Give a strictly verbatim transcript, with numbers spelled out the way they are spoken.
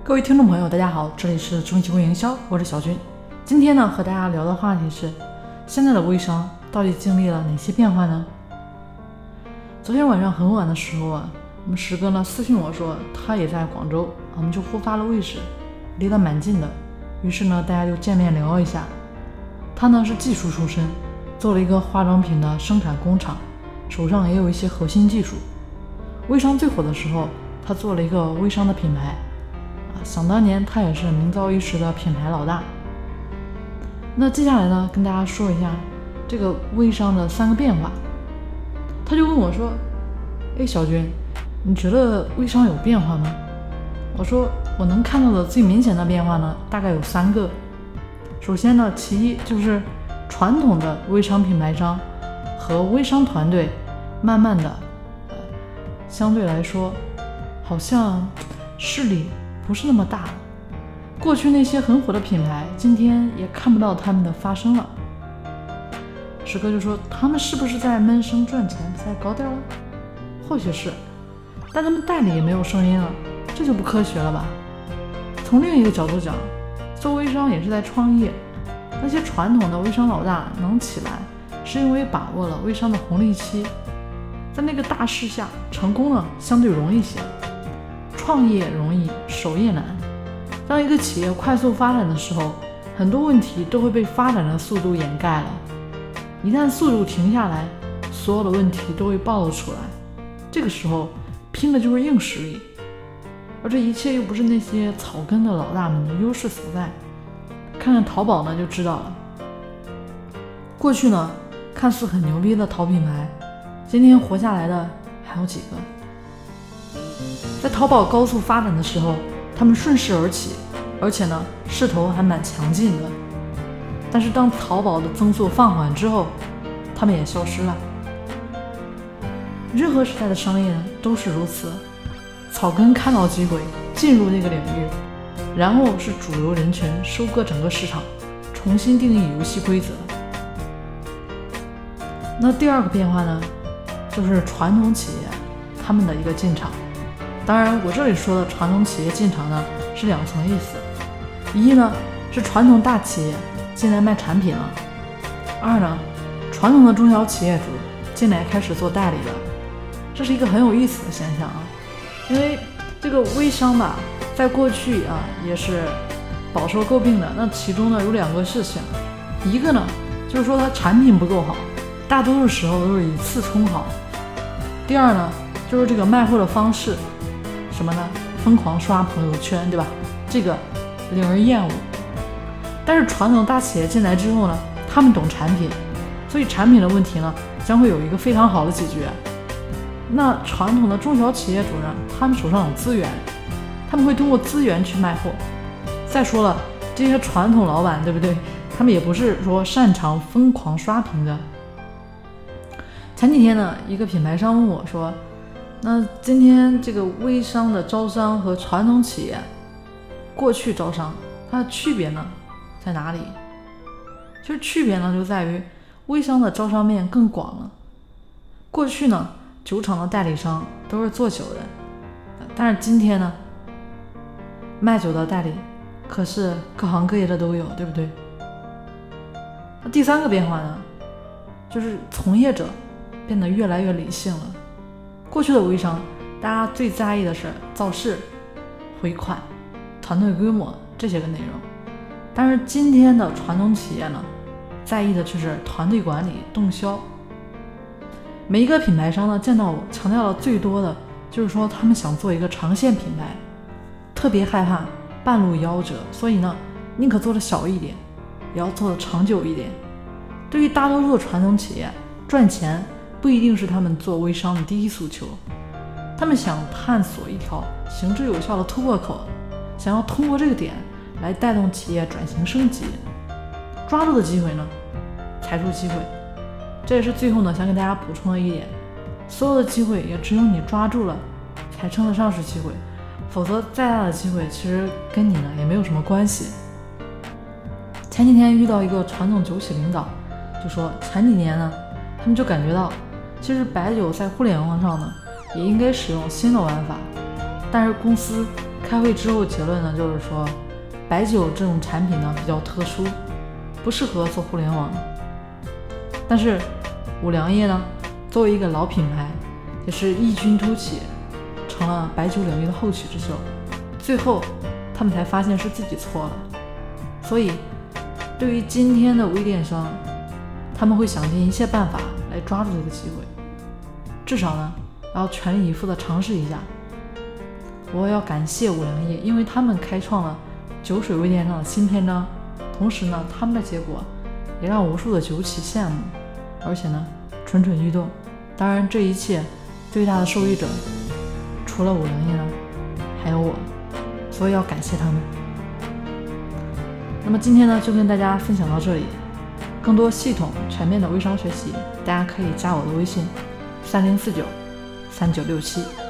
各位听众朋友，大家好，这里是中汽会营销，我是小军。今天呢，和大家聊的话题是，现在的微商到底经历了哪些变化呢？昨天晚上很晚的时候啊，我们石哥呢私信我说，他也在广州，我们就互发了位置，离得蛮近的。于是呢，大家就见面聊一下。他呢是技术出身，做了一个化妆品的生产工厂，手上也有一些核心技术。微商最火的时候，他做了一个微商的品牌。想当年他也是名噪一时的品牌老大。那接下来呢，跟大家说一下这个微商的三个变化。他就问我说，哎，小军，你觉得微商有变化吗？我说我能看到的最明显的变化呢，大概有三个。首先呢，其一就是传统的微商品牌商和微商团队慢慢的、呃、相对来说好像势力不是那么大了。过去那些很火的品牌，今天也看不到他们的发声了。石哥就说，他们是不是在闷声赚钱，在高调了？或许是，但他们代理也没有声音了，这就不科学了吧？从另一个角度讲，做微商也是在创业。那些传统的微商老大能起来，是因为把握了微商的红利期，在那个大势下成功了相对容易些。创业容易，守业难。当一个企业快速发展的时候，很多问题都会被发展的速度掩盖了。一旦速度停下来，所有的问题都会暴露出来。这个时候拼的就是硬实力，而这一切又不是那些草根的老大们的优势所在。看看淘宝呢就知道了。过去呢，看似很牛逼的淘品牌，今天活下来的还有几个？在淘宝高速发展的时候，他们顺势而起，而且呢势头还蛮强劲的。但是当淘宝的增速放缓之后，他们也消失了。任何时代的商业都是如此，草根看到机会进入那个领域，然后是主流人群收割整个市场，重新定义游戏规则。那第二个变化呢，就是传统企业他们的一个进场。当然我这里说的传统企业进场呢是两层意思，一呢是传统大企业进来卖产品了，二呢传统的中小企业主进来开始做代理了。这是一个很有意思的现象啊，因为这个微商吧，在过去啊也是饱受诟病的。那其中呢有两个事情，一个呢就是说它产品不够好，大多数时候都是以次充好。第二呢就是这个卖货的方式，什么呢？疯狂刷朋友圈，对吧？这个令人厌恶。但是传统大企业进来之后呢，他们懂产品，所以产品的问题呢将会有一个非常好的解决。那传统的中小企业主呢，他们手上有资源，他们会通过资源去卖货。再说了，这些传统老板，对不对？他们也不是说擅长疯狂刷屏的。前几天呢，一个品牌商问我说，那今天这个微商的招商和传统企业过去招商，它的区别呢在哪里？其实区别呢就在于微商的招商面更广了。过去呢，酒厂的代理商都是做酒的，但是今天呢，卖酒的代理可是各行各业的都有，对不对？那第三个变化呢，就是从业者变得越来越理性了。过去的微商，大家最在意的是造势、回款、团队规模这些个内容，但是今天的传统企业呢，在意的却是团队管理、动销。每一个品牌商呢，见到我强调的最多的就是说，他们想做一个长线品牌，特别害怕半路夭折，所以呢，宁可做的小一点，也要做的长久一点。对于大多数的传统企业，赚钱不一定是他们做微商的第一诉求，他们想探索一条行之有效的突破口，想要通过这个点来带动企业转型升级。抓住的机会呢，才出机会。这也是最后呢想给大家补充的一点，所有的机会也只有你抓住了，才称得上是机会，否则再大的机会其实跟你呢也没有什么关系。前几天遇到一个传统酒企领导，就说前几年呢，他们就感觉到其实白酒在互联网上呢也应该使用新的玩法，但是公司开会之后结论呢，就是说白酒这种产品呢比较特殊，不适合做互联网。但是五粮液呢，作为一个老品牌，也是异军突起，成了白酒领域的后起之秀。最后他们才发现是自己错了。所以对于今天的微电商，他们会想尽一切办法来抓住这个机会，至少呢要全力以赴的尝试一下。我要感谢五粮液，因为他们开创了酒水微电商的新篇章，同时呢他们的结果也让无数的酒企羡慕，而且呢蠢蠢欲动。当然这一切最大的受益者除了五粮液呢还有我，所以要感谢他们。那么今天呢就跟大家分享到这里，更多系统全面的微商学习，大家可以加我的微信三零四九三九六七。